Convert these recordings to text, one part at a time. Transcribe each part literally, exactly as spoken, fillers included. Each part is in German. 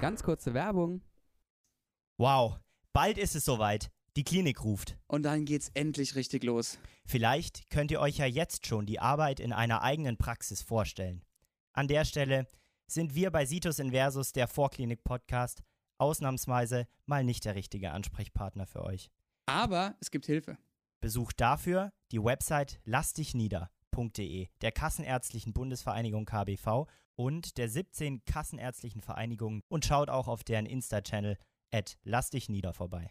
Ganz kurze Werbung. Wow, bald ist es soweit. Die Klinik ruft. Und dann geht's endlich richtig los. Vielleicht könnt ihr euch ja jetzt schon die Arbeit in einer eigenen Praxis vorstellen. An der Stelle sind wir bei Situs Inversus, der Vorklinik-Podcast, ausnahmsweise mal nicht der richtige Ansprechpartner für euch. Aber es gibt Hilfe. Besucht dafür die Website lassdichnieder punkt de der Kassenärztlichen Bundesvereinigung K B V und der siebzehn Kassenärztlichen Vereinigungen und schaut auch auf deren Insta-Channel at lassdichnieder vorbei.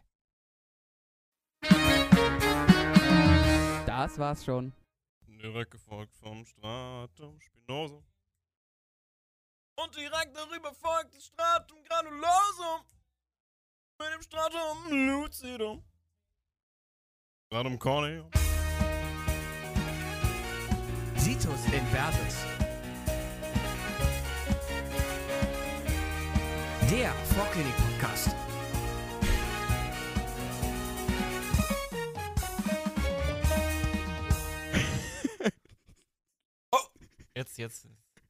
Das war's schon. Direkt gefolgt vom Stratum Spinosum. Und direkt darüber folgt das Stratum Granulosum. Mit dem Stratum Lucidum. Stratum Corneum. Situs Inversus. Der Vorklinik-Podcast. Jetzt, jetzt.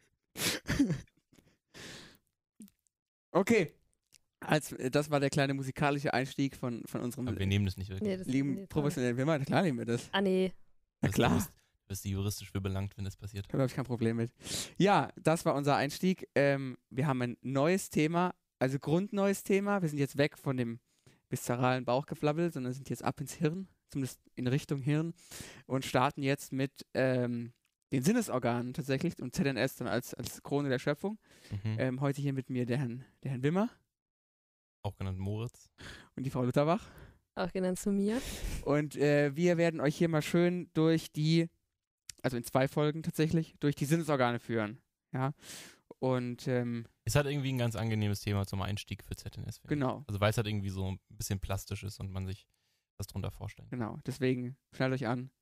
Okay. Als, das war der kleine musikalische Einstieg von, von unserem Aber wir nehmen das nicht wirklich. Nee, das lieben nee, professionellen Firma. Klar nehmen wir das. Ah, nee. Na Das- klar. Du bist, du bist juristisch für belangt, wenn das passiert. Da habe ich kein Problem mit. Ja, das war unser Einstieg. Ähm, wir haben ein neues Thema, also grundneues Thema. Wir sind jetzt weg von dem viszeralen Bauchgeflabbel, sondern sind jetzt ab ins Hirn, zumindest in Richtung Hirn, und starten jetzt mit ähm, den Sinnesorganen tatsächlich und Z N S dann als, als Krone der Schöpfung. Mhm. Ähm, heute hier mit mir der Herrn, der Herrn Wimmer Auch genannt Moritz. und die Frau Lutterbach. Auch genannt zu mir. Und äh, wir werden euch hier mal schön durch die, also in zwei Folgen tatsächlich, durch die Sinnesorgane führen. Ja. Und ähm, Es hat irgendwie ein ganz angenehmes Thema zum Einstieg für Z N S. finde ich. genau, Also weil es halt irgendwie so ein bisschen plastisch ist und man sich was drunter vorstellen kann. genau. Deswegen schnallt euch an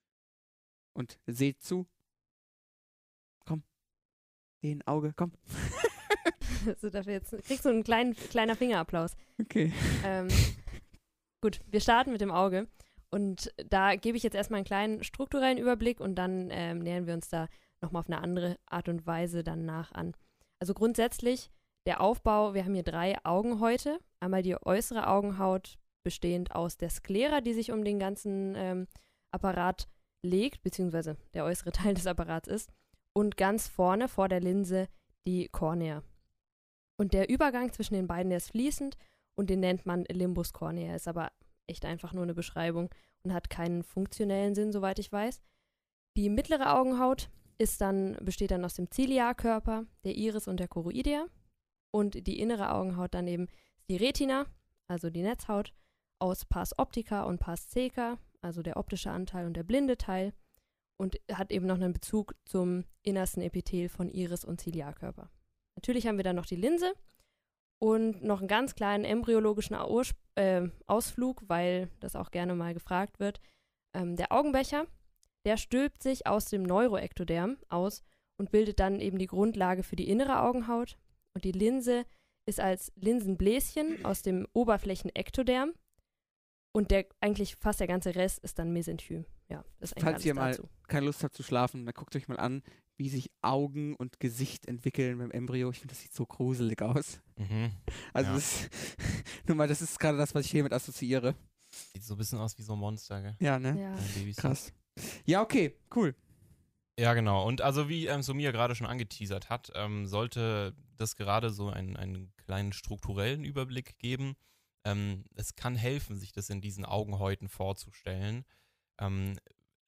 und seht zu. Komm. Den Auge, komm. Also dafür jetzt kriegst du einen kleinen kleiner Fingerapplaus. Okay. Ähm, gut, wir starten mit dem Auge. Und da gebe ich jetzt erstmal einen kleinen strukturellen Überblick und dann ähm, nähern wir uns da nochmal auf eine andere Art und Weise dann nach an. Also grundsätzlich der Aufbau, wir haben hier drei Augenhäute. Einmal die äußere Augenhaut, bestehend aus der Sklera, die sich um den ganzen ähm, Apparat legt, beziehungsweise der äußere Teil des Apparats ist. Und ganz vorne vor der Linse die Kornea. Und der Übergang zwischen den beiden, der ist fließend und den nennt man Limbus cornea, ist aber echt einfach nur eine Beschreibung und hat keinen funktionellen Sinn, soweit ich weiß. Die mittlere Augenhaut ist dann, besteht dann aus dem Ziliarkörper, der Iris und der Choroidea. Und die innere Augenhaut dann eben die Retina, also die Netzhaut, aus Pars optica und Pars ceca, also der optische Anteil und der blinde Teil. Und hat eben noch einen Bezug zum innersten Epithel von Iris und Ziliarkörper. Natürlich haben wir dann noch die Linse und noch einen ganz kleinen embryologischen Urs- äh, Ausflug, weil das auch gerne mal gefragt wird. Ähm, der Augenbecher, der stülpt sich aus dem Neuroektoderm aus und bildet dann eben die Grundlage für die innere Augenhaut. Und die Linse ist als Linsenbläschen aus dem Oberflächenektoderm. Und der eigentlich fast der ganze Rest ist dann Mesenchym. Ja, das ist eigentlich Falls ihr mal alles dazu. keine Lust habt zu schlafen, dann guckt euch mal an, wie sich Augen und Gesicht entwickeln beim Embryo. Ich finde, das sieht so gruselig aus. Mhm. Also Ja. das, nur mal, das ist gerade das, was ich hiermit assoziiere. Sieht so ein bisschen aus wie so ein Monster, gell? Ja, ne? Ja. Bei Babys. Krass. Ja, okay, cool. Ja, genau. Und also wie ähm, Sumia gerade schon angeteasert hat, ähm, sollte das gerade so einen, einen kleinen strukturellen Überblick geben. Ähm, es kann helfen, sich das in diesen Augenhäuten vorzustellen. Ähm,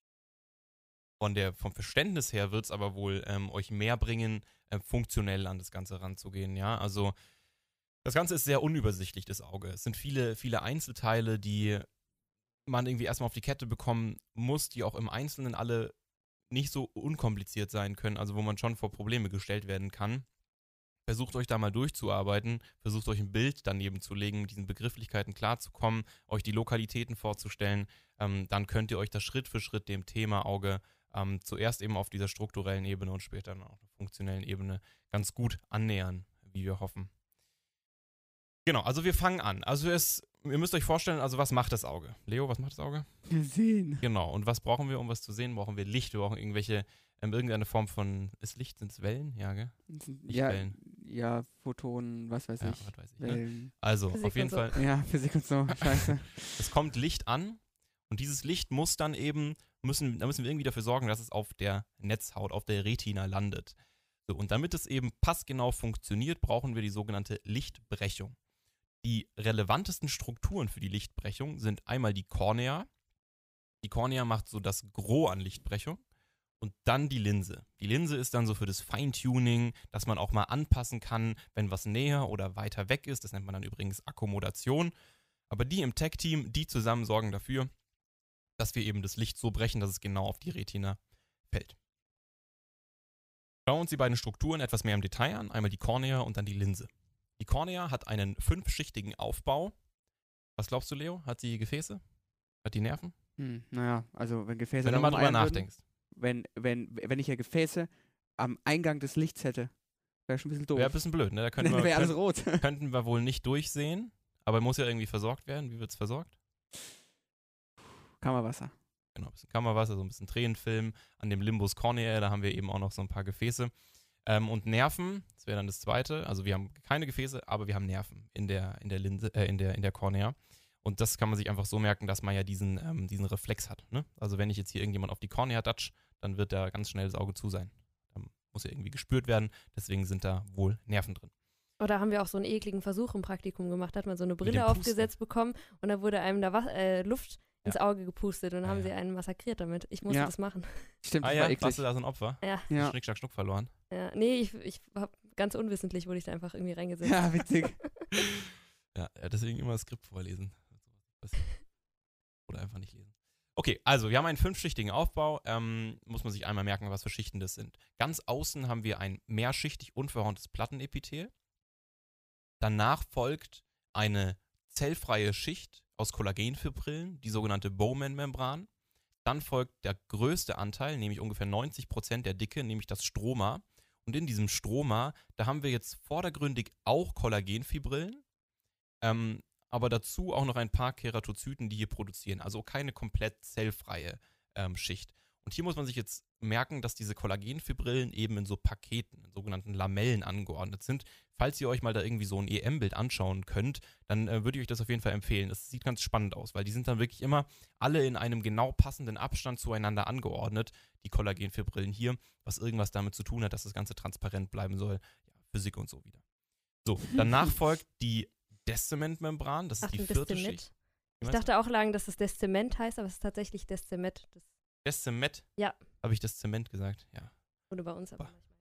von der, vom Verständnis her wird es aber wohl ähm, euch mehr bringen, äh, funktionell an das Ganze ranzugehen. Ja, also das Ganze ist sehr unübersichtlich, das Auge. Es sind viele, viele Einzelteile, die man irgendwie erstmal auf die Kette bekommen muss, die auch im Einzelnen alle nicht so unkompliziert sein können, also wo man schon vor Probleme gestellt werden kann. Versucht euch da mal durchzuarbeiten, versucht euch ein Bild daneben zu legen, mit diesen Begrifflichkeiten klarzukommen, euch die Lokalitäten vorzustellen, ähm, dann könnt ihr euch das Schritt für Schritt dem Thema Auge ähm, zuerst eben auf dieser strukturellen Ebene und später dann auch auf der funktionellen Ebene ganz gut annähern, wie wir hoffen. Genau, also wir fangen an. Also es, ihr müsst euch vorstellen, also was macht das Auge? Leo, was macht das Auge? Wir sehen. Genau, und was brauchen wir, um was zu sehen? Brauchen wir Licht, wir brauchen irgendwelche, ähm, irgendeine Form von, ist Licht, sind es Wellen? Ja, gell? Ja, Lichtwellen. ja, Photonen, was weiß Ja, ich. was weiß ich, ne? Wellen. Also, Physik auf jeden und so. Fall, Ja, Physik und so, scheiße. es kommt Licht an und dieses Licht muss dann eben, müssen, da müssen wir irgendwie dafür sorgen, dass es auf der Netzhaut, auf der Retina landet. So, und damit es eben passgenau funktioniert, brauchen wir die sogenannte Lichtbrechung. Die relevantesten Strukturen für die Lichtbrechung sind einmal die Kornea. Die Kornea macht so das Gros an Lichtbrechung. Und dann die Linse. Die Linse ist dann so für das Feintuning, dass man auch mal anpassen kann, wenn was näher oder weiter weg ist. Das nennt man dann übrigens Akkommodation. Aber die im Tech-Team, die zusammen sorgen dafür, dass wir eben das Licht so brechen, dass es genau auf die Retina fällt. Schauen wir uns die beiden Strukturen etwas mehr im Detail an. Einmal die Kornea und dann die Linse. Die Kornea hat einen fünfschichtigen Aufbau. Was glaubst du, Leo? Hat sie Gefäße? Hat die Nerven? Hm, naja, also wenn Gefäße Wenn du mal darum drüber eiern würden, nachdenkst. Wenn, wenn, wenn ich ja Gefäße am Eingang des Lichts hätte, wäre schon ein bisschen doof. Wäre ein bisschen blöd, ne? Da könnten Dann wir, wäre alles könnten, rot. könnten wir wohl nicht durchsehen. Aber muss ja irgendwie versorgt werden. Wie wird es versorgt? Kammerwasser. Genau, ein bisschen Kammerwasser, so ein bisschen Tränenfilm. An dem Limbus corneae, da haben wir eben auch noch so ein paar Gefäße. Ähm, und Nerven, das wäre dann das zweite. Also wir haben keine Gefäße, aber wir haben Nerven in der, in der Linse, äh, in der, in der Kornea. Und das kann man sich einfach so merken, dass man ja diesen, ähm, diesen Reflex hat. Ne? Also wenn ich jetzt hier irgendjemand auf die Kornea datsch, dann wird da ganz schnell das Auge zu sein. Da muss ja irgendwie gespürt werden, deswegen sind da wohl Nerven drin. Oder haben wir auch so einen ekligen Versuch im Praktikum gemacht, hat man so eine Mit dem Brille Pusten. aufgesetzt bekommen und da wurde einem da was, äh, Luft ins Ja. Auge gepustet und dann Ja, haben ja. sie einen massakriert damit. Ich musste Ja. das machen. Stimmt, Ah das ja, war eklig. warst du da so ein Opfer? Ja, Ja. Schnick, schnack, schnuck verloren. ja. Nee, ich, ich hab ganz unwissentlich wurde ich da einfach irgendwie reingesetzt. Ja, witzig. Ja, ja, deswegen immer das Skript vorlesen. Oder einfach nicht lesen. Okay, also wir haben einen fünfschichtigen Aufbau. Ähm, muss man sich einmal merken, was für Schichten das sind. Ganz außen haben wir ein mehrschichtig unverhorntes Plattenepithel. Danach folgt eine zellfreie Schicht aus Kollagenfibrillen, die sogenannte Bowman-Membran. Dann folgt der größte Anteil, nämlich ungefähr neunzig Prozent der Dicke, nämlich das Stroma. Und in diesem Stroma, da haben wir jetzt vordergründig auch Kollagenfibrillen, ähm, aber dazu auch noch ein paar Keratozyten, die hier produzieren. Also keine komplett zellfreie ähm, Schicht. Und hier muss man sich jetzt merken, dass diese Kollagenfibrillen eben in so Paketen, in sogenannten Lamellen angeordnet sind. Falls ihr euch mal da irgendwie so ein E M-Bild anschauen könnt, dann äh, würde ich euch das auf jeden Fall empfehlen. Das sieht ganz spannend aus, weil die sind dann wirklich immer alle in einem genau passenden Abstand zueinander angeordnet, die Kollagenfibrillen hier, was irgendwas damit zu tun hat, dass das Ganze transparent bleiben soll. Ja, Physik und so wieder. So, danach folgt die Descementmembran, das ist Ach, die ein vierte Descemet. Schicht. Wie Ich meinst du? dachte auch lange, dass es Descement heißt, aber es ist tatsächlich Descemet. Das Descement? Ja. Habe ich das Zement gesagt? Ja. wurde bei uns aber Bah. manchmal.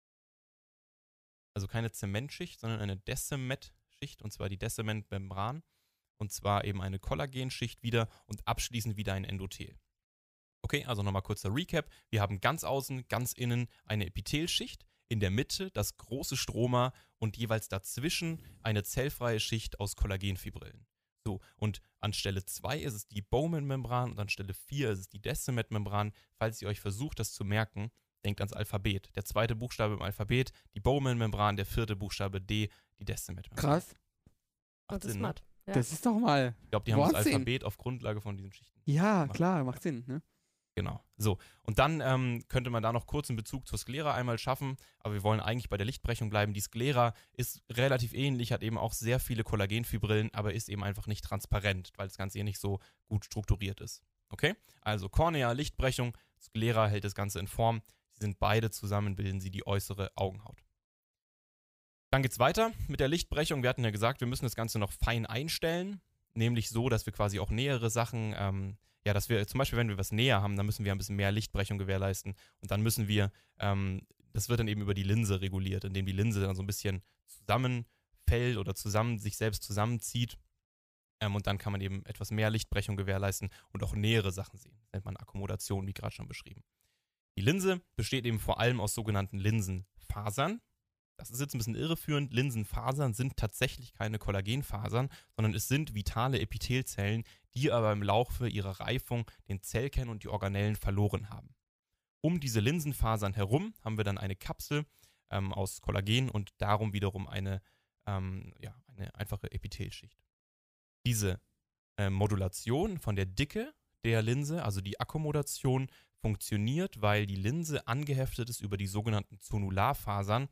Also keine Zementschicht, sondern eine Descemet-Schicht, und zwar die Descementmembran. Und zwar eben eine Kollagenschicht wieder und abschließend wieder ein Endothel. Okay, also nochmal kurzer Recap. Wir haben ganz außen, ganz innen eine Epithelschicht, in der Mitte das große Stroma und jeweils dazwischen eine zellfreie Schicht aus Kollagenfibrillen. So, und an Stelle zwei ist es die Bowman-Membran und an Stelle vier ist es die Descemet-Membran. Falls ihr euch versucht, das zu merken, denkt ans Alphabet. Der zweite Buchstabe im Alphabet, die Bowman-Membran, der vierte Buchstabe D, die Descemet-Membran. Krass. Oh, das ist Sinn, ne? smart. Ja. Das ist doch mal. Ich glaube, die haben das Wortsinn. Alphabet auf Grundlage von diesen Schichten. Ja, Macht klar, macht Sinn. Ne? Genau. So, und dann ähm, könnte man da noch kurz einen Bezug zur Sklera einmal schaffen, aber wir wollen eigentlich bei der Lichtbrechung bleiben. Die Sklera ist relativ ähnlich, hat eben auch sehr viele Kollagenfibrillen, aber ist eben einfach nicht transparent, weil das Ganze hier nicht so gut strukturiert ist. Okay? Also Kornea, Lichtbrechung, Sklera hält das Ganze in Form. Sie sind beide zusammen, bilden sie die äußere Augenhaut. Dann geht's weiter mit der Lichtbrechung. Wir hatten ja gesagt, wir müssen das Ganze noch fein einstellen, nämlich so, dass wir quasi auch nähere Sachen, ähm, ja, dass wir zum Beispiel, wenn wir was näher haben, dann müssen wir ein bisschen mehr Lichtbrechung gewährleisten und dann müssen wir, ähm, das wird dann eben über die Linse reguliert, indem die Linse dann so ein bisschen zusammenfällt oder zusammen sich selbst zusammenzieht ähm, und dann kann man eben etwas mehr Lichtbrechung gewährleisten und auch nähere Sachen sehen. Das nennt man Akkommodation, wie gerade schon beschrieben. Die Linse besteht eben vor allem aus sogenannten Linsenfasern. Das ist jetzt ein bisschen irreführend. Linsenfasern sind tatsächlich keine Kollagenfasern, sondern es sind vitale Epithelzellen, die aber im Laufe ihrer Reifung den Zellkern und die Organellen verloren haben. Um diese Linsenfasern herum haben wir dann eine Kapsel ähm, aus Kollagen und darum wiederum eine, ähm, ja, eine einfache Epithelschicht. Diese äh, Modulation von der Dicke der Linse, also die Akkommodation, funktioniert, weil die Linse angeheftet ist über die sogenannten Zonularfasern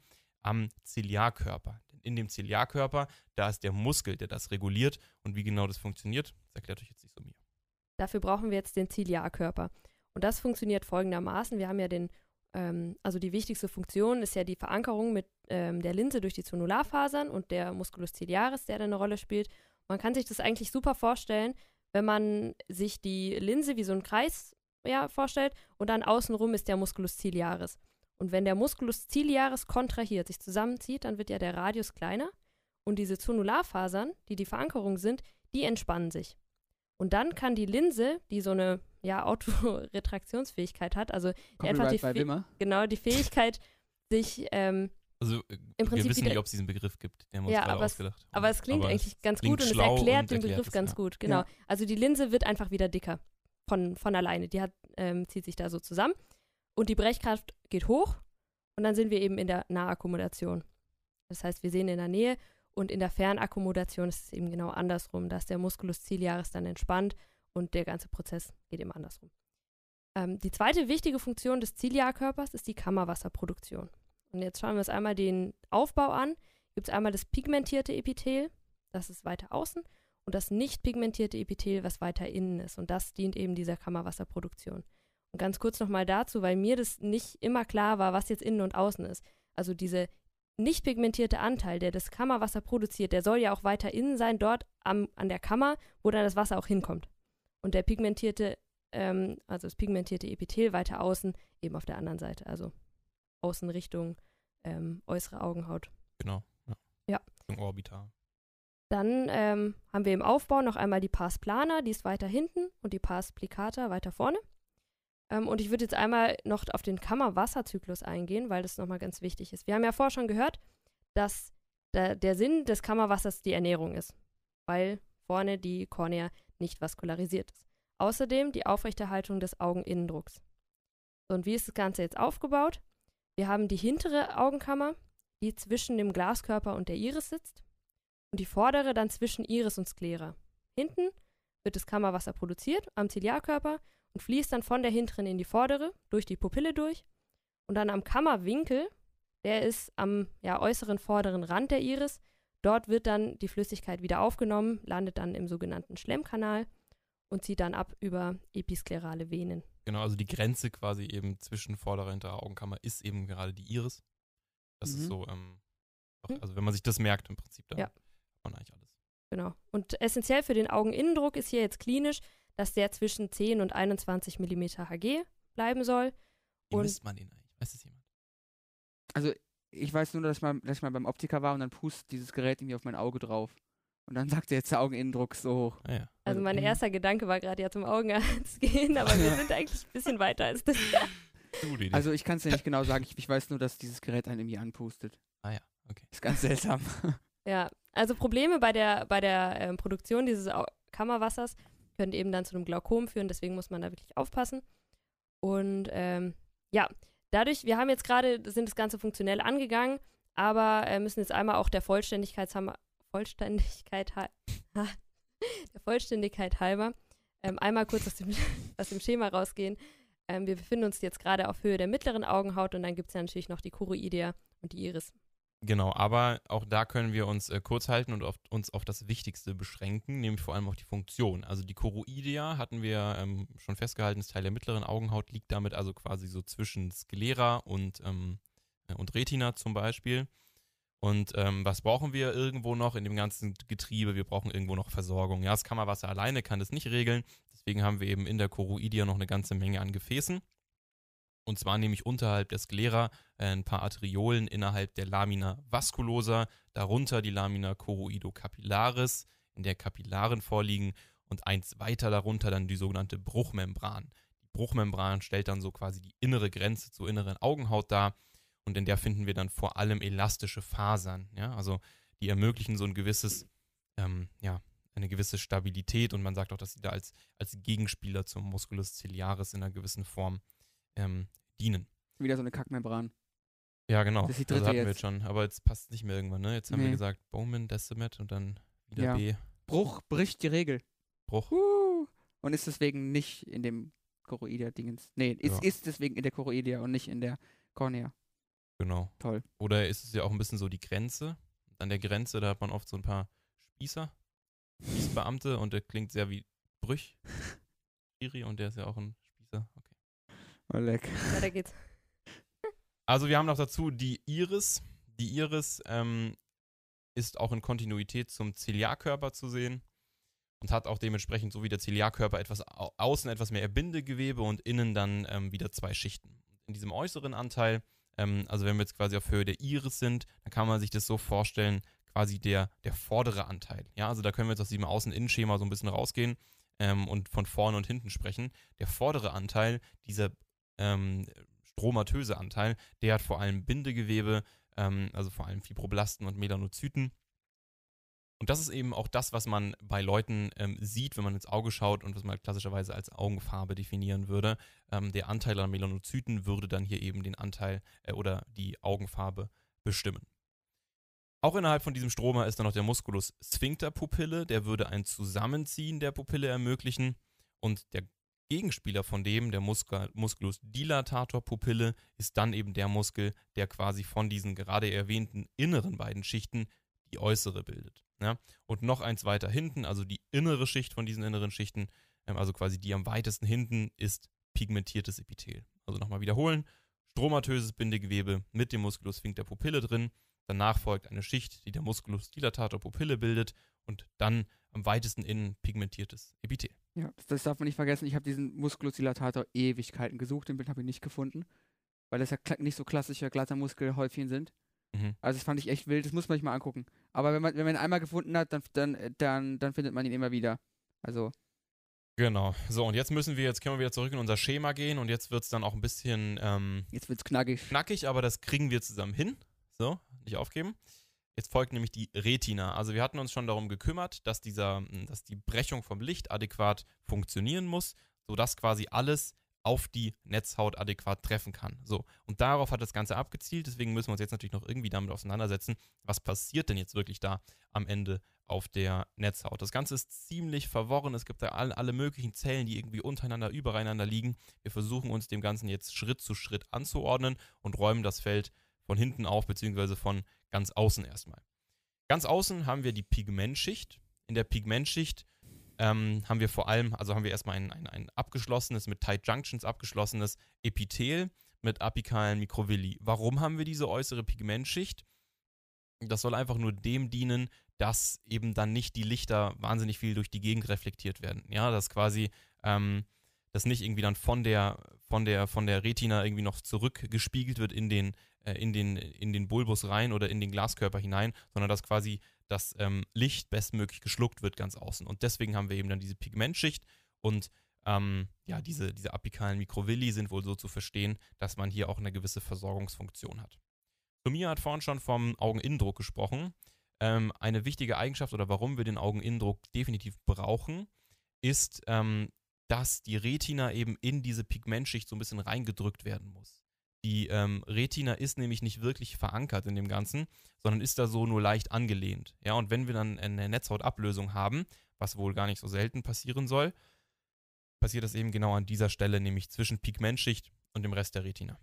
am Ziliarkörper. In dem Ziliarkörper, da ist der Muskel, der das reguliert. Und wie genau das funktioniert, das erklärt euch jetzt nicht so mir. Dafür brauchen wir jetzt den Ziliarkörper. Und das funktioniert folgendermaßen. Wir haben ja den, ähm, also die wichtigste Funktion ist ja die Verankerung mit ähm, der Linse durch die Zonularfasern und der Musculus ciliaris, der da eine Rolle spielt. Man kann sich das eigentlich super vorstellen, wenn man sich die Linse wie so einen Kreis ja, vorstellt und dann außenrum ist der Musculus ciliaris. Und wenn der Musculus ciliaris kontrahiert, sich zusammenzieht, dann wird ja der Radius kleiner und diese Zonularfasern, die die Verankerung sind, die entspannen sich. Und dann kann die Linse, die so eine ja, Autoretraktionsfähigkeit hat, also die einfach die, Fäh- genau, die Fähigkeit, sich ähm, Also äh, im Prinzip wir wissen wieder- nicht, ob es diesen Begriff gibt, den haben wir Ja, uns gerade aber es- ausgedacht. aber es klingt Aber eigentlich ganz klingt gut und es schlau erklärt und den erklärt Begriff es, ganz ja. gut, genau. Ja. Also die Linse wird einfach wieder dicker von, von alleine. Die hat, ähm, zieht sich da so zusammen und die Brechkraft geht hoch und dann sind wir eben in der Nahakkommodation. Das heißt, wir sehen in der Nähe und in der Fernakkommodation ist es eben genau andersrum. Da ist der Musculus ciliaris dann entspannt und der ganze Prozess geht eben andersrum. Ähm, die zweite wichtige Funktion des Ziliarkörpers ist die Kammerwasserproduktion. Und jetzt schauen wir uns einmal den Aufbau an. Gibt es einmal das pigmentierte Epithel, das ist weiter außen, und das nicht pigmentierte Epithel, was weiter innen ist. Und das dient eben dieser Kammerwasserproduktion. Und ganz kurz nochmal dazu, weil mir das nicht immer klar war, was jetzt innen und außen ist. Also diese nicht pigmentierte Anteil, der das Kammerwasser produziert, der soll ja auch weiter innen sein, dort am, an der Kammer, wo dann das Wasser auch hinkommt. Und der pigmentierte, ähm, also das pigmentierte Epithel weiter außen, eben auf der anderen Seite. Also Außenrichtung, ähm, äußere Augenhaut. Genau. Ja. Ja. Richtung Orbital. Dann ähm, haben wir im Aufbau noch einmal die Pars plana, die ist weiter hinten, und die Pars plicata weiter vorne. Ähm, und ich würde jetzt einmal noch auf den Kammerwasserzyklus eingehen, weil das nochmal ganz wichtig ist. Wir haben ja vorher schon gehört, dass der, der Sinn des Kammerwassers die Ernährung ist, weil vorne die Kornea nicht vaskularisiert ist. Außerdem die Aufrechterhaltung des Augeninnendrucks. So, und wie ist das Ganze jetzt aufgebaut? Wir haben die hintere Augenkammer, die zwischen dem Glaskörper und der Iris sitzt. Und die vordere dann zwischen Iris und Sklera. Hinten wird das Kammerwasser produziert am Ziliarkörper und fließt dann von der hinteren in die vordere, durch die Pupille durch. Und dann am Kammerwinkel, der ist am ja, äußeren vorderen Rand der Iris. Dort wird dann die Flüssigkeit wieder aufgenommen, landet dann im sogenannten Schlemmkanal und zieht dann ab über episklerale Venen. Genau, also die Grenze quasi eben zwischen vorderer und hinterer Augenkammer ist eben gerade die Iris. Das Mhm. ist so, ähm, doch, Mhm. also wenn man sich das merkt im Prinzip, dann Ja. hat man eigentlich alles. Genau. Und essentiell für den Augeninnendruck ist hier jetzt klinisch, dass der zwischen zehn und einundzwanzig Millimeter Hg bleiben soll. Wie Und- misst man den eigentlich? Weiß das jemand? Also ich weiß nur, dass ich, mal, dass ich mal beim Optiker war und dann pustet dieses Gerät irgendwie auf mein Auge drauf. Und dann sagt er jetzt der Augeninnendruck so hoch. Ah, ja. Also mein Mhm. erster Gedanke war gerade ja zum Augenarzt gehen, aber wir Ja. sind eigentlich ein bisschen weiter als das. Gute Idee. Also ich kann es dir nicht genau sagen, ich, ich weiß nur, dass dieses Gerät einen irgendwie anpustet. ah ja, okay. Ist ganz seltsam. Ja, also Probleme bei der, bei der ähm, Produktion dieses Au- Kammerwassers können eben dann zu einem Glaukom führen, deswegen muss man da wirklich aufpassen. Und ähm, ja, dadurch, wir haben jetzt gerade, sind das Ganze funktionell angegangen, aber äh, müssen jetzt einmal auch der Vollständigkeit, Vollständigkeit, hal- der Vollständigkeit halber ähm, einmal kurz aus dem, aus dem Schema rausgehen. Ähm, wir befinden uns jetzt gerade auf Höhe der mittleren Augenhaut und dann gibt es ja natürlich noch die Choroidea und die Iris. Genau, aber auch da können wir uns äh, kurz halten und auf, uns auf das Wichtigste beschränken, nämlich vor allem auf die Funktion. Also die Choroidea hatten wir ähm, schon festgehalten, ist Teil der mittleren Augenhaut, liegt damit also quasi so zwischen Sklera und, ähm, äh, und Retina zum Beispiel. Und ähm, was brauchen wir irgendwo noch in dem ganzen Getriebe? Wir brauchen irgendwo noch Versorgung. Ja, das Kammerwasser alleine kann das nicht regeln. Deswegen haben wir eben in der Choroidea noch eine ganze Menge an Gefäßen. Und zwar nämlich unterhalb der Sklera äh, ein paar Arteriolen innerhalb der Lamina vasculosa, darunter die Lamina choroidocapillaris, in der Kapillaren vorliegen und eins weiter darunter dann die sogenannte Bruchmembran. Die Bruchmembran stellt dann so quasi die innere Grenze zur inneren Augenhaut dar und in der finden wir dann vor allem elastische Fasern, ja, also die ermöglichen so ein gewisses, ähm, ja, eine gewisse Stabilität und man sagt auch, dass sie da als, als Gegenspieler zum Musculus ciliaris in einer gewissen Form ähm, dienen. Wieder so eine Kackmembran. Ja, genau. Das ist die Das dritte hatten wir jetzt. jetzt schon, aber jetzt passt es nicht mehr irgendwann, ne? Jetzt haben Nee. wir gesagt Bowman, Decimet und dann wieder Ja. B, Bruch bricht die Regel. Bruch. Uh. Und ist deswegen nicht in dem Choroidea-Dingens. Nee, ist, Ja. ist deswegen in der Choroidea und nicht in der Kornea. Genau. Toll. Oder ist es ja auch ein bisschen so die Grenze? An der Grenze, da hat man oft so ein paar Spießer, Spießbeamte und der klingt sehr wie Brüch. Iri und der ist ja auch ein Spießer. Okay. Oh, leck. Weiter geht's. Also wir haben noch dazu die Iris. Die Iris ähm, ist auch in Kontinuität zum Ziliarkörper zu sehen und hat auch dementsprechend so wie der Ziliarkörper etwas au- außen etwas mehr Bindegewebe und innen dann ähm, wieder zwei Schichten. In diesem äußeren Anteil, ähm, also wenn wir jetzt quasi auf Höhe der Iris sind, dann kann man sich das so vorstellen, quasi der, der vordere Anteil. Ja, also da können wir jetzt aus diesem Außen-Innen-Schema so ein bisschen rausgehen ähm, und von vorne und hinten sprechen. Der vordere Anteil, dieser ähm, stromatöse Anteil, der hat vor allem Bindegewebe, ähm, also vor allem Fibroblasten und Melanozyten. Und das ist eben auch das, was man bei Leuten ähm, sieht, wenn man ins Auge schaut und was man klassischerweise als Augenfarbe definieren würde. Ähm, der Anteil an Melanozyten würde dann hier eben den Anteil äh, oder die Augenfarbe bestimmen. Auch innerhalb von diesem Stroma ist dann noch der Musculus sphincter Pupille, der würde ein Zusammenziehen der Pupille ermöglichen und der Gegenspieler von dem, der Musca- Musculus dilatator Pupille, ist dann eben der Muskel, der quasi von diesen gerade erwähnten inneren beiden Schichten die äußere bildet. Ja? Und noch eins weiter hinten, also die innere Schicht von diesen inneren Schichten, ähm, also quasi die am weitesten hinten, ist pigmentiertes Epithel. Also nochmal wiederholen, stromatöses Bindegewebe mit dem Musculus sphincter Pupille drin, danach folgt eine Schicht, die der Musculus dilatator Pupille bildet und dann am weitesten innen pigmentiertes Epithel. Ja, das, das darf man nicht vergessen. Ich habe diesen Musculus dilatator Ewigkeiten gesucht, den Bild habe ich nicht gefunden, weil das ja kla- nicht so klassische glatter Muskelhäufchen sind. Mhm. Also das fand ich echt wild, das muss man sich mal angucken. Aber wenn man, wenn man ihn einmal gefunden hat, dann, dann, dann, dann findet man ihn immer wieder. Also. Genau. So, und jetzt müssen wir, jetzt können wir wieder zurück in unser Schema gehen und jetzt wird es dann auch ein bisschen ähm, Jetzt wird's knackig. knackig, aber das kriegen wir zusammen hin. So, nicht aufgeben. Jetzt folgt nämlich die Retina. Also wir hatten uns schon darum gekümmert, dass, dieser, dass die Brechung vom Licht adäquat funktionieren muss, sodass quasi alles auf die Netzhaut adäquat treffen kann. So, und darauf hat das Ganze abgezielt, deswegen müssen wir uns jetzt natürlich noch irgendwie damit auseinandersetzen, was passiert denn jetzt wirklich da am Ende auf der Netzhaut. Das Ganze ist ziemlich verworren, es gibt da alle, alle möglichen Zellen, die irgendwie untereinander, übereinander liegen. Wir versuchen uns dem Ganzen jetzt Schritt zu Schritt anzuordnen und räumen das Feld von hinten auf, beziehungsweise von ganz außen erstmal. Ganz außen haben wir die Pigmentschicht. In der Pigmentschicht ähm, haben wir vor allem, also haben wir erstmal ein, ein, ein abgeschlossenes, mit Tight Junctions abgeschlossenes Epithel mit apikalen Mikrovilli. Warum haben wir diese äußere Pigmentschicht? Das soll einfach nur dem dienen, dass eben dann nicht die Lichter wahnsinnig viel durch die Gegend reflektiert werden. Ja, dass quasi ähm, das nicht irgendwie dann von der, von der, von der Retina irgendwie noch zurückgespiegelt wird in den, äh, in den, in den Bulbus rein oder in den Glaskörper hinein, sondern dass quasi das ähm, Licht bestmöglich geschluckt wird ganz außen. Und deswegen haben wir eben dann diese Pigmentschicht und ähm, ja, diese, diese apikalen Mikrovilli sind wohl so zu verstehen, dass man hier auch eine gewisse Versorgungsfunktion hat. Tomia hat vorhin schon vom Augeninnendruck gesprochen. Ähm, eine wichtige Eigenschaft oder warum wir den Augeninnendruck definitiv brauchen, ist, ähm, dass die Retina eben in diese Pigmentschicht so ein bisschen reingedrückt werden muss. Die ähm, Retina ist nämlich nicht wirklich verankert in dem Ganzen, sondern ist da so nur leicht angelehnt. Ja, und wenn wir dann eine Netzhautablösung haben, was wohl gar nicht so selten passieren soll, passiert das eben genau an dieser Stelle, nämlich zwischen Pigmentschicht und dem Rest der Retina.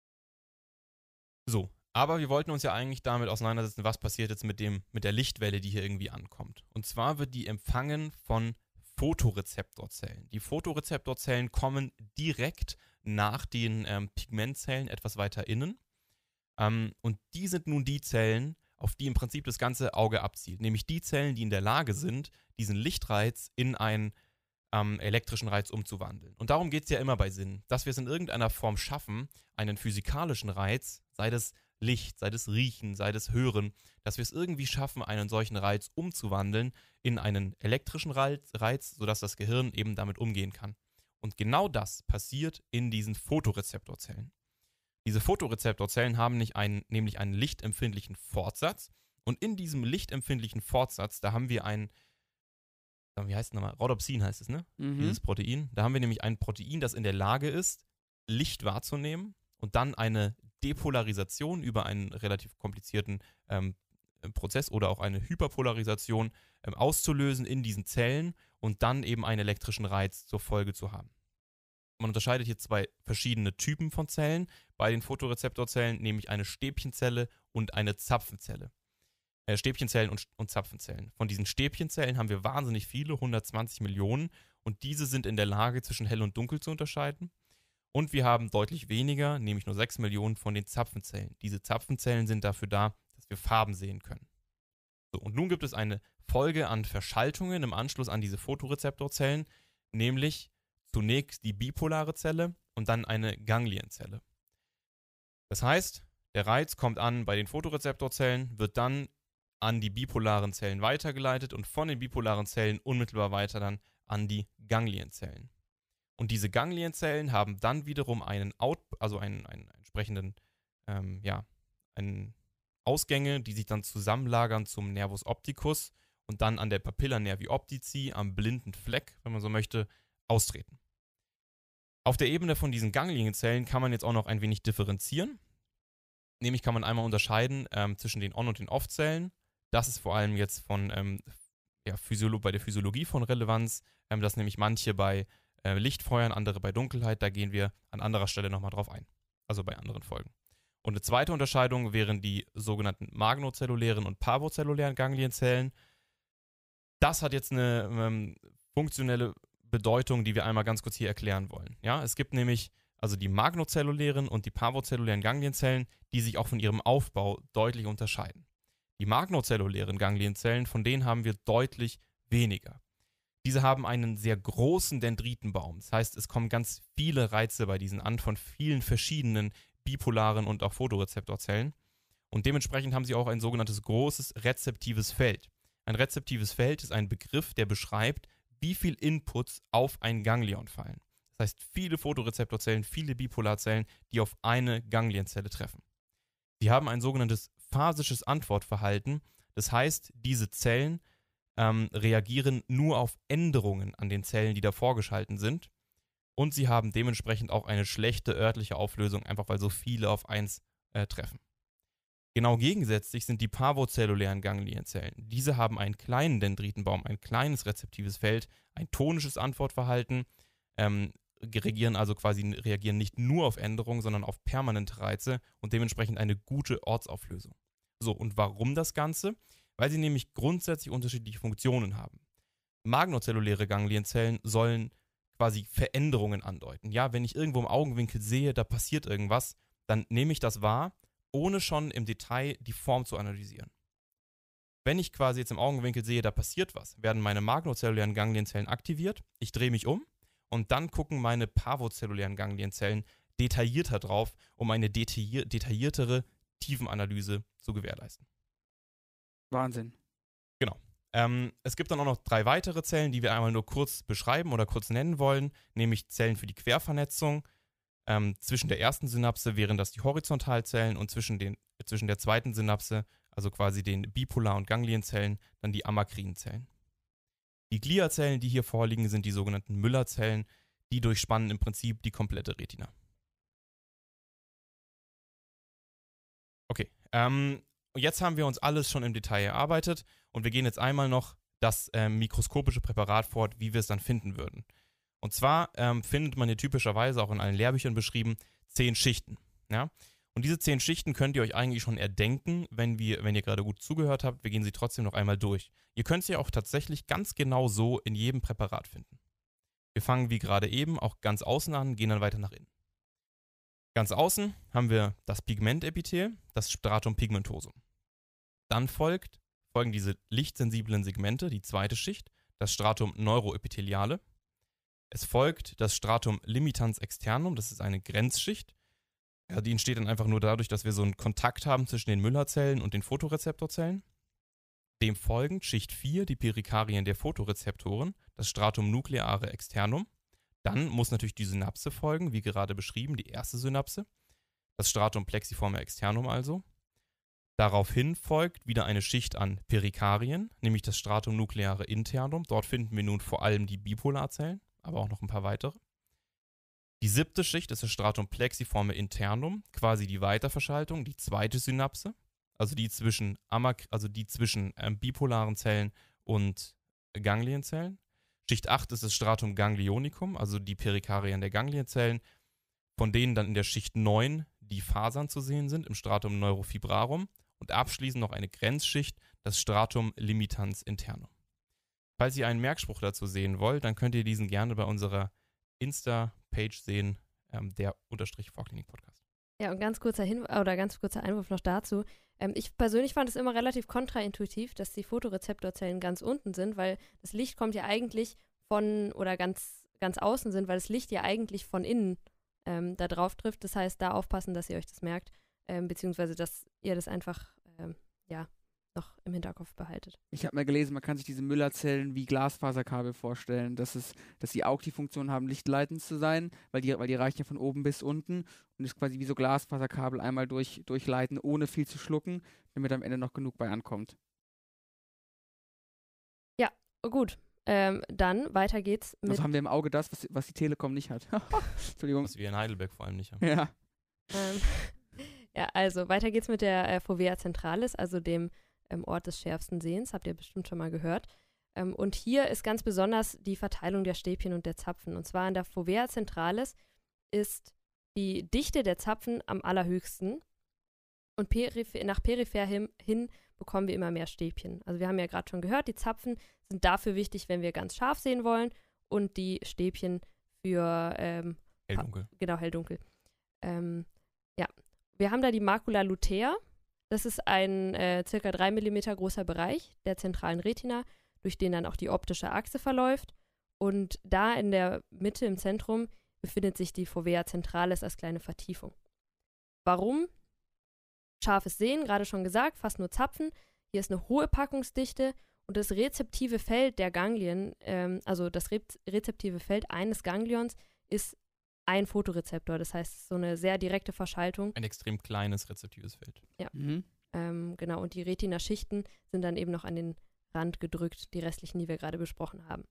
So, aber wir wollten uns ja eigentlich damit auseinandersetzen, was passiert jetzt mit dem, mit der Lichtwelle, die hier irgendwie ankommt. Und zwar wird die empfangen von Photorezeptorzellen. Die Photorezeptorzellen kommen direkt nach den ähm, Pigmentzellen etwas weiter innen. Ähm, und die sind nun die Zellen, auf die im Prinzip das ganze Auge abzielt. Nämlich die Zellen, die in der Lage sind, diesen Lichtreiz in einen ähm, elektrischen Reiz umzuwandeln. Und darum geht es ja immer bei Sinn, dass wir es in irgendeiner Form schaffen, einen physikalischen Reiz, sei das Licht, sei das Riechen, sei das Hören, dass wir es irgendwie schaffen, einen solchen Reiz umzuwandeln in einen elektrischen Reiz, sodass das Gehirn eben damit umgehen kann. Und genau das passiert in diesen Photorezeptorzellen. Diese Photorezeptorzellen haben nicht einen, nämlich einen lichtempfindlichen Fortsatz und in diesem lichtempfindlichen Fortsatz, da haben wir ein, wie heißt es nochmal, Rhodopsin heißt es, ne? Mhm. Dieses Protein. Da haben wir nämlich ein Protein, das in der Lage ist, Licht wahrzunehmen und dann eine Depolarisation über einen relativ komplizierten ähm, Prozess oder auch eine Hyperpolarisation ähm, auszulösen in diesen Zellen und dann eben einen elektrischen Reiz zur Folge zu haben. man unterscheidet hier zwei verschiedene Typen von Zellen bei den Photorezeptorzellen, nämlich eine Stäbchenzelle und eine Zapfenzelle. Äh, Stäbchenzellen und, und Zapfenzellen. Von diesen Stäbchenzellen haben wir wahnsinnig viele, hundertzwanzig Millionen, und diese sind in der Lage, zwischen hell und dunkel zu unterscheiden. Und wir haben deutlich weniger, nämlich nur sechs Millionen von den Zapfenzellen. Diese Zapfenzellen sind dafür da, dass wir Farben sehen können. So, und nun gibt es eine Folge an Verschaltungen im Anschluss an diese Photorezeptorzellen, nämlich zunächst die bipolare Zelle und dann eine Ganglienzelle. Das heißt, der Reiz kommt an bei den Photorezeptorzellen, wird dann an die bipolaren Zellen weitergeleitet und von den bipolaren Zellen unmittelbar weiter dann an die Ganglienzellen. Und diese Ganglienzellen haben dann wiederum einen Out, also einen, einen entsprechenden, ähm, ja, einen Ausgänge, die sich dann zusammenlagern zum Nervus opticus und dann an der Papilla nervi optici, am blinden Fleck, wenn man so möchte, austreten. Auf der Ebene von diesen Ganglienzellen kann man jetzt auch noch ein wenig differenzieren. Nämlich kann man einmal unterscheiden ähm, zwischen den On- und den Off-Zellen. Das ist vor allem jetzt von, ähm, ja, Physiolo- bei der Physiologie von Relevanz, ähm, dass nämlich manche bei äh, Licht feuern, andere bei Dunkelheit. Da gehen wir an anderer Stelle nochmal drauf ein. Also bei anderen Folgen. Und eine zweite Unterscheidung wären die sogenannten magnozellulären und parvozellulären Ganglienzellen. Das hat jetzt eine ähm, funktionelle Bedeutung, die wir einmal ganz kurz hier erklären wollen. Ja, es gibt nämlich also die magnozellulären und die parvozellulären Ganglienzellen, die sich auch von ihrem Aufbau deutlich unterscheiden. Die magnozellulären Ganglienzellen, von denen haben wir deutlich weniger. Diese haben einen sehr großen Dendritenbaum. Das heißt, es kommen ganz viele Reize bei diesen an von vielen verschiedenen bipolaren und auch Photorezeptorzellen. Und dementsprechend haben sie auch ein sogenanntes großes rezeptives Feld. Ein rezeptives Feld ist ein Begriff, der beschreibt, wie viel Inputs auf ein Ganglion fallen. Das heißt, viele Photorezeptorzellen, viele Bipolarzellen, die auf eine Ganglienzelle treffen. Sie haben ein sogenanntes phasisches Antwortverhalten. Das heißt, diese Zellen ähm, reagieren nur auf Änderungen an den Zellen, die davor geschalten sind. Und sie haben dementsprechend auch eine schlechte örtliche Auflösung, einfach weil so viele auf eins äh, treffen. Genau gegensätzlich sind die parvozellulären Ganglienzellen. Diese haben einen kleinen Dendritenbaum, ein kleines rezeptives Feld, ein tonisches Antwortverhalten, ähm, reagieren also quasi reagieren nicht nur auf Änderungen, sondern auf permanente Reize und dementsprechend eine gute Ortsauflösung. So, und warum das Ganze? Weil sie nämlich grundsätzlich unterschiedliche Funktionen haben. Magnozelluläre Ganglienzellen sollen quasi Veränderungen andeuten. Ja, wenn ich irgendwo im Augenwinkel sehe, da passiert irgendwas, dann nehme ich das wahr, ohne schon im Detail die Form zu analysieren. Wenn ich quasi jetzt im Augenwinkel sehe, da passiert was, werden meine magnozellulären Ganglienzellen aktiviert, ich drehe mich um und dann gucken meine parvozellulären Ganglienzellen detaillierter drauf, um eine detaillier- detailliertere Tiefenanalyse zu gewährleisten. Wahnsinn. Genau. Ähm, es gibt dann auch noch drei weitere Zellen, die wir einmal nur kurz beschreiben oder kurz nennen wollen, nämlich Zellen für die Quervernetzung. Ähm, zwischen der ersten Synapse wären das die Horizontalzellen und zwischen, den, zwischen der zweiten Synapse, also quasi den Bipolar- und Ganglienzellen, dann die Amakrinen-Zellen. Die Gliazellen, die hier vorliegen, sind die sogenannten Müller-Zellen, die durchspannen im Prinzip die komplette Retina. Okay, ähm, jetzt haben wir uns alles schon im Detail erarbeitet und wir gehen jetzt einmal noch das äh, mikroskopische Präparat fort, wie wir es dann finden würden. Und zwar ähm, findet man hier typischerweise auch in allen Lehrbüchern beschrieben, zehn Schichten. Ja? Und diese zehn Schichten könnt ihr euch eigentlich schon erdenken, wenn, wir, wenn ihr gerade gut zugehört habt. Wir gehen sie trotzdem noch einmal durch. Ihr könnt sie auch tatsächlich ganz genau so in jedem Präparat finden. Wir fangen wie gerade eben auch ganz außen an, gehen dann weiter nach innen. Ganz außen haben wir das Pigmentepithel, das Stratum pigmentosum. Dann folgt, folgen diese lichtsensiblen Segmente, die zweite Schicht, das Stratum neuroepitheliale. Es folgt das Stratum limitans externum, das ist eine Grenzschicht. Ja, die entsteht dann einfach nur dadurch, dass wir so einen Kontakt haben zwischen den Müllerzellen und den Photorezeptorzellen. Dem folgend Schicht vier, die Perikarien der Photorezeptoren, das Stratum nucleare externum. Dann muss natürlich die Synapse folgen, wie gerade beschrieben, die erste Synapse. Das Stratum plexiforme externum also. Daraufhin folgt wieder eine Schicht an Perikarien, nämlich das Stratum nucleare internum. Dort finden wir nun vor allem die Bipolarzellen, aber auch noch ein paar weitere. Die siebte Schicht ist das Stratum plexiforme internum, quasi die Weiterverschaltung, die zweite Synapse, also die zwischen, Amak- also die zwischen ähm, bipolaren Zellen und Ganglienzellen. Schicht acht ist das Stratum ganglionicum, also die Perikarien der Ganglienzellen, von denen dann in der Schicht neun die Fasern zu sehen sind, im Stratum neurofibrarum. Und abschließend noch eine Grenzschicht, das Stratum limitans internum. Falls ihr einen Merkspruch dazu sehen wollt, dann könnt ihr diesen gerne bei unserer Insta-Page sehen, ähm, der Unterstrich Vorklinik-Podcast. Ja, und ganz kurzer Hin oder ganz kurzer Einwurf noch dazu. Ähm, ich persönlich fand es immer relativ kontraintuitiv, dass die Photorezeptorzellen ganz unten sind, weil das Licht kommt ja eigentlich von, oder ganz, ganz außen sind, weil das Licht ja eigentlich von innen ähm, da drauf trifft. Das heißt, da aufpassen, dass ihr euch das merkt, ähm, beziehungsweise, dass ihr das einfach, ähm, ja, noch im Hinterkopf behaltet. Ich habe mal gelesen, man kann sich diese Müllerzellen wie Glasfaserkabel vorstellen, dass, es, dass sie auch die Funktion haben, lichtleitend zu sein, weil die, weil die reichen ja von oben bis unten und ist quasi wie so Glasfaserkabel einmal durch, durchleiten, ohne viel zu schlucken, damit am Ende noch genug bei ankommt. Ja, gut. Ähm, dann weiter geht's mit... Also haben wir im Auge das, was, was die Telekom nicht hat. Entschuldigung. Was wir in Heidelberg vor allem nicht haben. Ja. Ähm, ja, also weiter geht's mit der äh, Fovea centralis, also dem ähm, Ort des schärfsten Sehens, habt ihr bestimmt schon mal gehört. Ähm, und hier ist ganz besonders die Verteilung der Stäbchen und der Zapfen. Und zwar in der Fovea centralis ist die Dichte der Zapfen am allerhöchsten und peripher, nach peripher hin, hin bekommen wir immer mehr Stäbchen. Also wir haben ja gerade schon gehört, die Zapfen sind dafür wichtig, wenn wir ganz scharf sehen wollen und die Stäbchen für ähm, Helldunkel. Genau, helldunkel. Ähm, ja, wir haben da die Macula lutea. Das ist ein äh, circa drei Millimeter großer Bereich der zentralen Retina, durch den dann auch die optische Achse verläuft. Und da in der Mitte im Zentrum befindet sich die Fovea centralis als kleine Vertiefung. Warum? Scharfes Sehen, gerade schon gesagt, fast nur Zapfen. Hier ist eine hohe Packungsdichte und das rezeptive Feld der Ganglien, ähm, also das re rezeptive Feld eines Ganglions ist ein Photorezeptor. Das heißt, so eine sehr direkte Verschaltung. Ein extrem kleines rezeptives Feld. Ja, Mhm. ähm, genau. Und die Retina-Schichten sind dann eben noch an den Rand gedrückt, die restlichen, die wir gerade besprochen haben.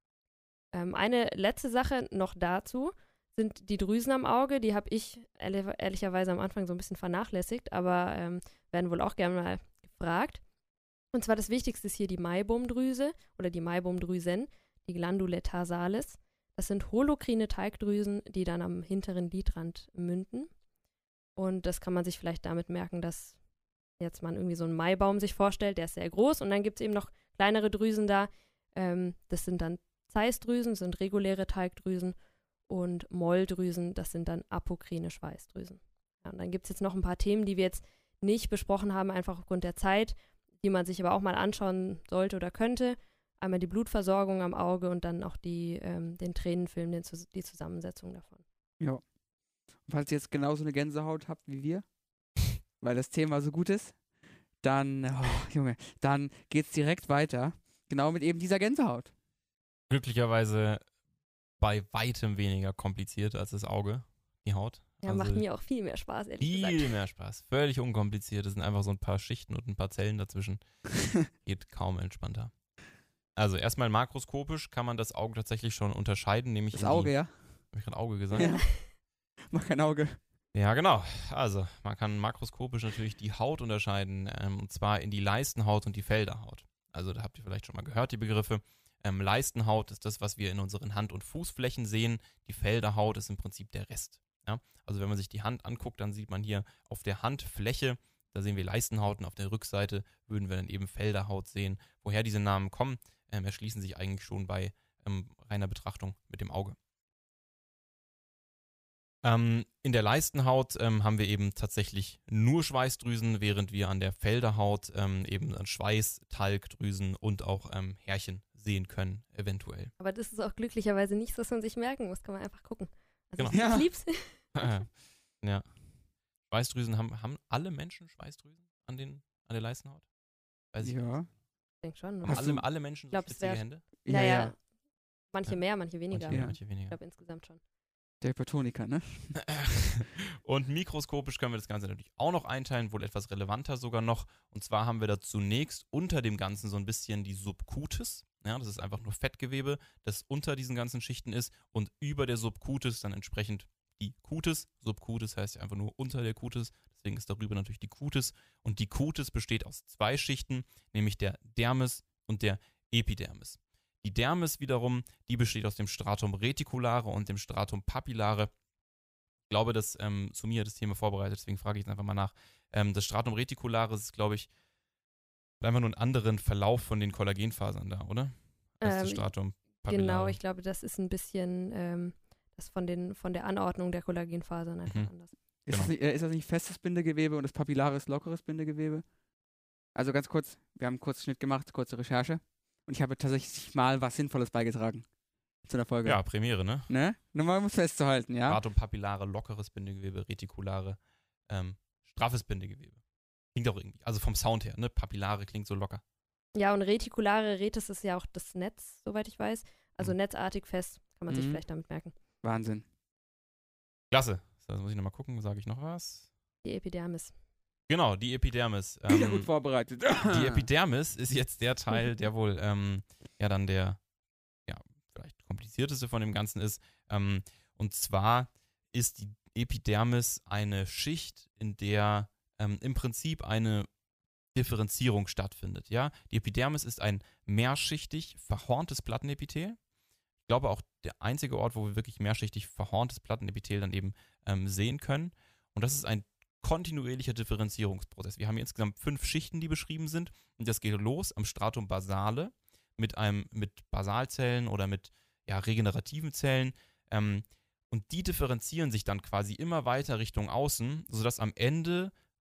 Ähm, eine letzte Sache noch dazu sind die Drüsen am Auge. Die habe ich ehrlich, ehrlicherweise am Anfang so ein bisschen vernachlässigt, aber ähm, werden wohl auch gerne mal gefragt. Und zwar das Wichtigste ist hier die Meibomdrüse oder die Meibomdrüsen, die Glandulae tarsalis. Das sind holokrine Teigdrüsen, die dann am hinteren Lidrand münden. Und das kann man sich vielleicht damit merken, dass jetzt man irgendwie so einen Maibaum sich vorstellt, der ist sehr groß. Und dann gibt es eben noch kleinere Drüsen da. Ähm, das sind dann Zeissdrüsen, das sind reguläre Teigdrüsen. Und Molldrüsen, das sind dann apokrine Schweißdrüsen. Ja, und dann gibt es jetzt noch ein paar Themen, die wir jetzt nicht besprochen haben, einfach aufgrund der Zeit, die man sich aber auch mal anschauen sollte oder könnte. Einmal die Blutversorgung am Auge und dann auch die, ähm, den Tränenfilm, den, die Zusammensetzung davon. Ja. Und falls ihr jetzt genauso eine Gänsehaut habt wie wir, weil das Thema so gut ist, dann, oh, Junge, dann geht's direkt weiter. Genau mit eben dieser Gänsehaut. Glücklicherweise bei weitem weniger kompliziert als das Auge, die Haut. Ja, Also macht mir auch viel mehr Spaß, ehrlich viel gesagt. mehr Spaß. Völlig unkompliziert. Es sind einfach so ein paar Schichten und ein paar Zellen dazwischen. Geht kaum entspannter. Also erstmal makroskopisch kann man das Auge tatsächlich schon unterscheiden, nämlich Das in Auge, die, ja? Hab ich gerade Auge gesagt? Ja. Mach kein Auge. Ja, genau. Also man kann makroskopisch natürlich die Haut unterscheiden, ähm, und zwar in die Leistenhaut und die Felderhaut. Also da habt ihr vielleicht schon mal gehört, die Begriffe. Ähm, Leistenhaut ist das, was wir in unseren Hand- und Fußflächen sehen. Die Felderhaut ist im Prinzip der Rest. Ja? Also wenn man sich die Hand anguckt, dann sieht man hier auf der Handfläche, da sehen wir Leistenhaut und auf der Rückseite würden wir dann eben Felderhaut sehen. Woher diese Namen kommen, ähm, erschließen sich eigentlich schon bei ähm, reiner Betrachtung mit dem Auge. Ähm, in der Leistenhaut ähm, haben wir eben tatsächlich nur Schweißdrüsen, während wir an der Felderhaut ähm, eben Schweiß, Talgdrüsen und auch ähm, Härchen sehen können, eventuell. Aber das ist auch glücklicherweise nichts, was man sich merken muss. Kann man einfach gucken. Also Genau. ich, Ja. ich lieb's. Ja. Schweißdrüsen, haben, haben alle Menschen Schweißdrüsen an, den, an der Leistenhaut? Weiß ich nicht. Ja. Ich denke schon. Haben Hast alle, du- alle Menschen so glaub, es spitzige wär- Hände? Ja, naja, ja. manche Ja. mehr, manche weniger. Manche, Ja. aber manche Ich weniger. glaube insgesamt schon. Der Hypertoniker, ne? Und mikroskopisch können wir das Ganze natürlich auch noch einteilen, wohl etwas relevanter sogar noch. Und zwar haben wir da zunächst unter dem Ganzen so ein bisschen die Subcutis. Ja, das ist einfach nur Fettgewebe, das unter diesen ganzen Schichten ist. Und über der Subcutis dann entsprechend die Cutis. Subcutis heißt ja einfach nur unter der Cutis. Deswegen ist darüber natürlich die Cutis. Und die Cutis besteht aus zwei Schichten, nämlich der Dermis und der Epidermis. Die Dermis wiederum, die besteht aus dem Stratum reticulare und dem Stratum papillare. Ich glaube, dass ähm, Sumia das Thema vorbereitet, deswegen frage ich jetzt einfach mal nach. Ähm, das Stratum reticulare ist, glaube ich, einfach nur einen anderen Verlauf von den Kollagenfasern da, oder? Das ist das Ähm, Stratum papillare. Genau, ich glaube, das ist ein bisschen ähm, das von, den, von der Anordnung der Kollagenfasern einfach Mhm. anders. Ist, Genau. das nicht, äh, ist das nicht festes Bindegewebe und das Papillare ist lockeres Bindegewebe? Also ganz kurz, wir haben einen kurzen Schnitt gemacht, kurze Recherche. Und ich habe tatsächlich mal was Sinnvolles beigetragen zu der Folge. Ja, Premiere, ne? Ne? Nur mal um es festzuhalten, ja? Stratum papillare, lockeres Bindegewebe, reticulare, ähm, straffes Bindegewebe. Klingt auch irgendwie, also vom Sound her, ne? Papillare klingt so locker. Ja, und retikulare Retis ist ja auch das Netz, soweit ich weiß. Also Mhm. netzartig fest, kann man sich Mhm. vielleicht damit merken. Wahnsinn. Klasse. So, muss ich nochmal gucken, sage ich noch was? Die Epidermis. Genau, die Epidermis. Wieder Ähm, gut vorbereitet. Die Epidermis ist jetzt der Teil, der wohl ähm, ja dann der ja, vielleicht komplizierteste von dem Ganzen ist. Ähm, und zwar ist die Epidermis eine Schicht, in der ähm, im Prinzip eine Differenzierung stattfindet. Ja? Die Epidermis ist ein mehrschichtig verhorntes Plattenepithel. Ich glaube auch der einzige Ort, wo wir wirklich mehrschichtig verhorntes Plattenepithel dann eben ähm, sehen können. Und das ist ein kontinuierlicher Differenzierungsprozess. Wir haben hier insgesamt fünf Schichten, die beschrieben sind. Und das geht los am Stratum basale mit einem mit Basalzellen oder mit ja, regenerativen Zellen. Ähm, und die differenzieren sich dann quasi immer weiter Richtung außen, sodass am Ende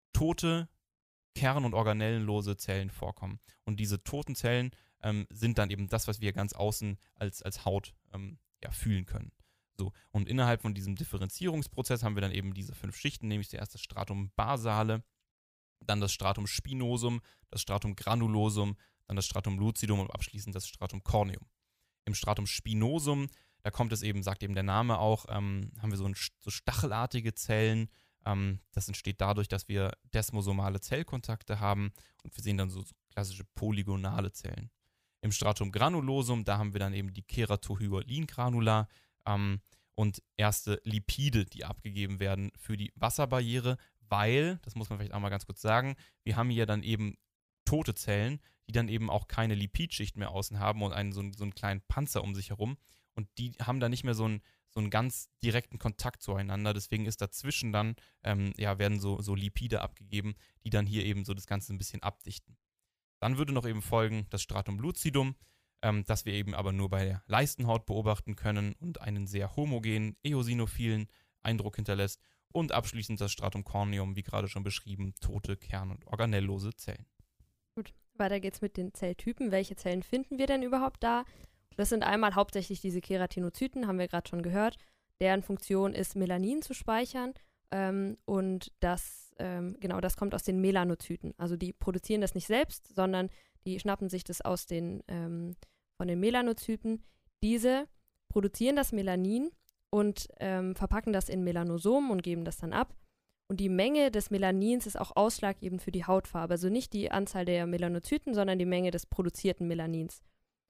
tote, kern- und organellenlose Zellen vorkommen. Und diese toten Zellen ähm, sind dann eben das, was wir ganz außen als, als Haut ähm, ja, fühlen können. So, und innerhalb von diesem Differenzierungsprozess haben wir dann eben diese fünf Schichten, nämlich zuerst das Stratum basale, dann das Stratum spinosum, das Stratum granulosum, dann das Stratum lucidum und abschließend das Stratum corneum. Im Stratum spinosum, da kommt es eben, sagt eben der Name auch, ähm, haben wir so, ein, so stachelartige Zellen. Ähm, das entsteht dadurch, dass wir desmosomale Zellkontakte haben und wir sehen dann so, so klassische polygonale Zellen. Im Stratum granulosum, da haben wir dann eben die Keratohyalin-Granula, Ähm, und erste Lipide, die abgegeben werden für die Wasserbarriere, weil, das muss man vielleicht auch mal ganz kurz sagen, wir haben hier dann eben tote Zellen, die dann eben auch keine Lipidschicht mehr außen haben und einen so, einen, so einen kleinen Panzer um sich herum und die haben dann nicht mehr so einen, so einen ganz direkten Kontakt zueinander, deswegen ist dazwischen dann, ähm, ja, werden so, so Lipide abgegeben, die dann hier eben so das Ganze ein bisschen abdichten. Dann würde noch eben folgen das Stratum lucidum, Ähm, das wir eben aber nur bei der Leistenhaut beobachten können und einen sehr homogenen, eosinophilen Eindruck hinterlässt. Und abschließend das Stratum corneum, wie gerade schon beschrieben, tote, kern- und organelllose Zellen. Gut, weiter geht's mit den Zelltypen. Welche Zellen finden wir denn überhaupt da? Das sind einmal hauptsächlich diese Keratinozyten, haben wir gerade schon gehört. Deren Funktion ist, Melanin zu speichern. Ähm, und das, ähm, genau, das kommt aus den Melanozyten. Also die produzieren das nicht selbst, sondern die schnappen sich das aus den, ähm, von den Melanozyten. Diese produzieren das Melanin und ähm, verpacken das in Melanosomen und geben das dann ab. Und die Menge des Melanins ist auch ausschlaggebend für die Hautfarbe. Also nicht die Anzahl der Melanozyten, sondern die Menge des produzierten Melanins.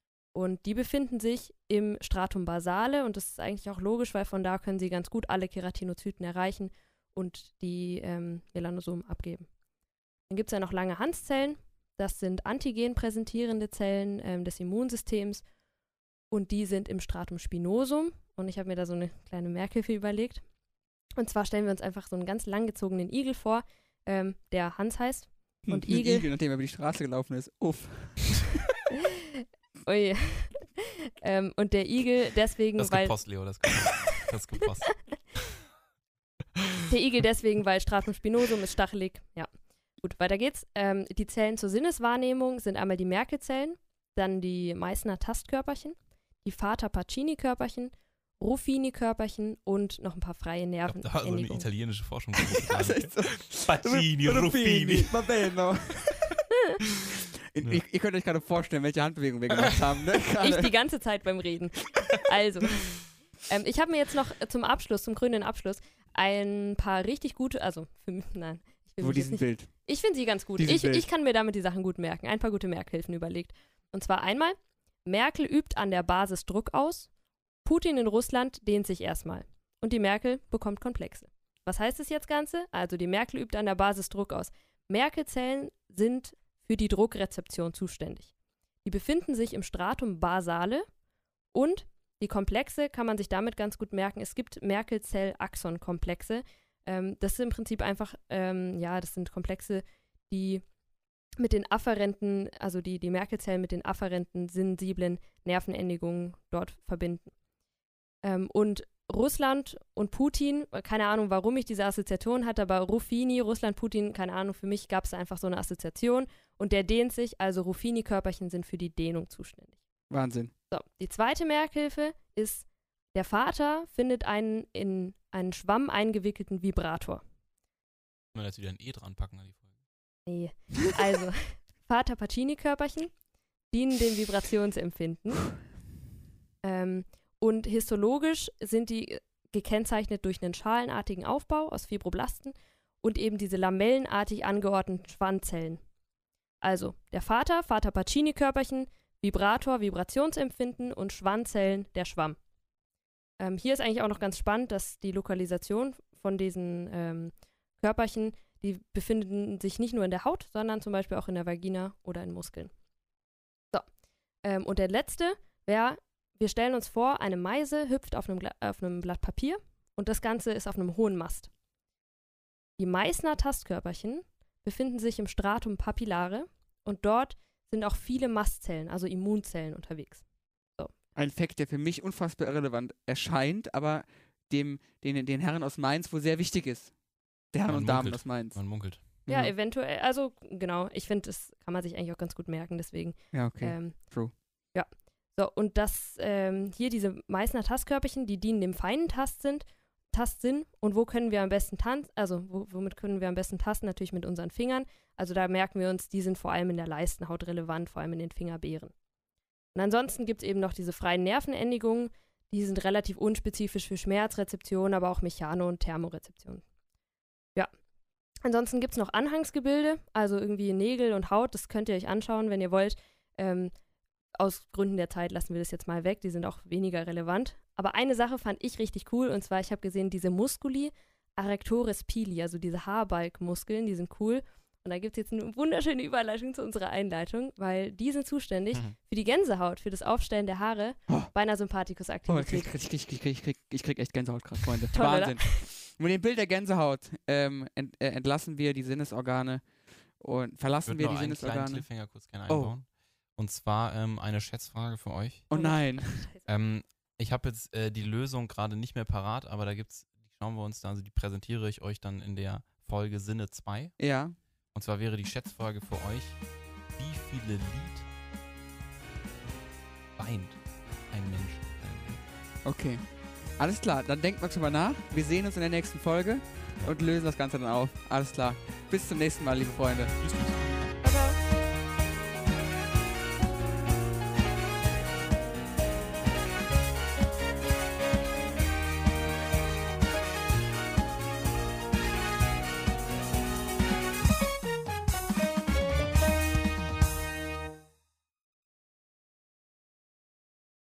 Und die befinden sich im Stratum basale und das ist eigentlich auch logisch, weil von da können sie ganz gut alle Keratinozyten erreichen und die ähm, Melanosomen abgeben. Dann gibt es ja noch Langerhanszellen. Das sind antigenpräsentierende Zellen ähm, des Immunsystems und die sind im Stratum spinosum. Und ich habe mir da so eine kleine Merkhilfe überlegt. Und zwar stellen wir uns einfach so einen ganz langgezogenen Igel vor, ähm, der Hans heißt. Und Ein Igel. Igel, nachdem er über die Straße gelaufen ist. Uff. Ui. ähm, und der Igel deswegen, Das ist weil gepost, Leo, das ist gepost. Das ist gepost. der Igel deswegen, weil Stratum spinosum ist stachelig. Ja. Gut, weiter geht's. Ähm, die Zellen zur Sinneswahrnehmung sind einmal die Merkelzellen, dann die Meissner Tastkörperchen, die Vater-Pacini-Körperchen, Ruffini-Körperchen und noch ein paar freie Ich glaub, da war so eine Nerven. italienische Forschung. Das ist echt so. Pacini, Ruffini. Va bene. Ja. Ich, ihr könnt euch gerade vorstellen, welche Handbewegung wir gemacht haben. Ne? Ich die ganze Zeit beim Reden. Also, ähm, ich habe mir jetzt noch zum Abschluss, zum krönenden Abschluss, ein paar richtig gute, also, für mich, nein. Ich will Wo mich die jetzt sind nicht, wild. ich finde sie ganz gut. Die sind Ich, wild. ich kann mir damit die Sachen gut merken. Ein paar gute Merkhilfen überlegt. Und zwar einmal, Merkel übt an der Basis Druck aus, Putin in Russland dehnt sich erstmal und die Merkel bekommt Komplexe. Was heißt das jetzt Ganze? Also die Merkel übt an der Basis Druck aus. Merkelzellen sind für die Druckrezeption zuständig. Die befinden sich im Stratum basale und die Komplexe kann man sich damit ganz gut merken. Es gibt Merkel-Zell-Axon-Komplexe. Ähm, das sind im Prinzip einfach, ähm, ja, das sind Komplexe, die mit den afferenten, also die, die Merkel-Zellen mit den afferenten, sensiblen Nervenendigungen dort verbinden. Ähm, und Russland und Putin, keine Ahnung, warum ich diese Assoziation hatte, aber Ruffini, Russland, Putin, keine Ahnung, für mich gab es einfach so eine Assoziation und der dehnt sich, also Ruffini-Körperchen sind für die Dehnung zuständig. Wahnsinn. So, die zweite Merkhilfe ist, der Vater findet einen in einen Schwamm eingewickelten Vibrator. Können wir jetzt wieder ein E dran packen an die Folge? Nee, also Vater Pacini-Körperchen dienen dem Vibrationsempfinden. ähm, Und histologisch sind die gekennzeichnet durch einen schalenartigen Aufbau aus Fibroblasten und eben diese lamellenartig angeordneten Schwanzzellen. Also der Vater, Vater Pacini-Körperchen, Vibrator, Vibrationsempfinden und Schwanzzellen, der Schwamm. Ähm, hier ist eigentlich auch noch ganz spannend, dass die Lokalisation von diesen ähm, Körperchen, die befinden sich nicht nur in der Haut, sondern zum Beispiel auch in der Vagina oder in Muskeln. So, ähm, und der letzte wäre, wir stellen uns vor, eine Meise hüpft auf einem, Gla- auf einem Blatt Papier und das Ganze ist auf einem hohen Mast. Die Meißner Tastkörperchen befinden sich im Stratum papillare und dort sind auch viele Mastzellen, also Immunzellen unterwegs. So. Ein Fakt, der für mich unfassbar irrelevant erscheint, aber dem, den, den Herren aus Mainz wohl sehr wichtig ist. Der Herren Man und Damen munkelt. aus Mainz. Man munkelt. Ja, eventuell, also genau, ich finde, das kann man sich eigentlich auch ganz gut merken, deswegen. Ja, okay. Ähm, True. Ja. So, und das, ähm, hier diese Meißner Tastkörperchen, die dienen dem feinen Tastsinn, Tastsinn. Und wo können wir am besten tanzen, also wo, womit können wir am besten tasten? Natürlich mit unseren Fingern. Also da merken wir uns, die sind vor allem in der Leistenhaut relevant, vor allem in den Fingerbeeren. Und ansonsten gibt es eben noch diese freien Nervenendigungen, die sind relativ unspezifisch für Schmerzrezeption, aber auch Mechano- und Thermorezeption. Ja. Ansonsten gibt es noch Anhangsgebilde, also irgendwie Nägel und Haut, das könnt ihr euch anschauen, wenn ihr wollt. Ähm, Aus Gründen der Zeit lassen wir das jetzt mal weg, die sind auch weniger relevant. Aber eine Sache fand ich richtig cool, und zwar, ich habe gesehen, diese Musculi arrectoris pili, also diese Haarbalkmuskeln, die sind cool. Und da gibt es jetzt eine wunderschöne Überleitung zu unserer Einleitung, weil die sind zuständig Mhm. für die Gänsehaut, für das Aufstellen der Haare Oh. bei einer Oh, ich Sympathikus-Aktivität. krieg, ich, krieg, ich, krieg, ich, krieg, ich krieg echt Gänsehaut gerade, Freunde. Toll, oder? Wahnsinn. Mit dem Bild der Gänsehaut ähm, ent, äh, entlassen wir die Sinnesorgane und Ich verlassen würde wir noch die einen kleinen Sinnesorgane. Cliffhanger kurz gerne Oh. einbauen. Und zwar ähm, eine Schätzfrage für euch. Oh nein. Scheiße. Ähm, ich habe jetzt äh, die Lösung gerade nicht mehr parat, aber da gibt's, die schauen wir uns dann, also die präsentiere ich euch dann in der Folge Sinne zwei. Ja. Und zwar wäre die Schätzfrage für euch, wie viele Lied weint ein Mensch? Okay. Alles klar, dann denkt mal drüber nach. Wir sehen uns in der nächsten Folge und lösen das Ganze dann auf. Alles klar. Bis zum nächsten Mal, liebe Freunde. Tschüss, tschüss.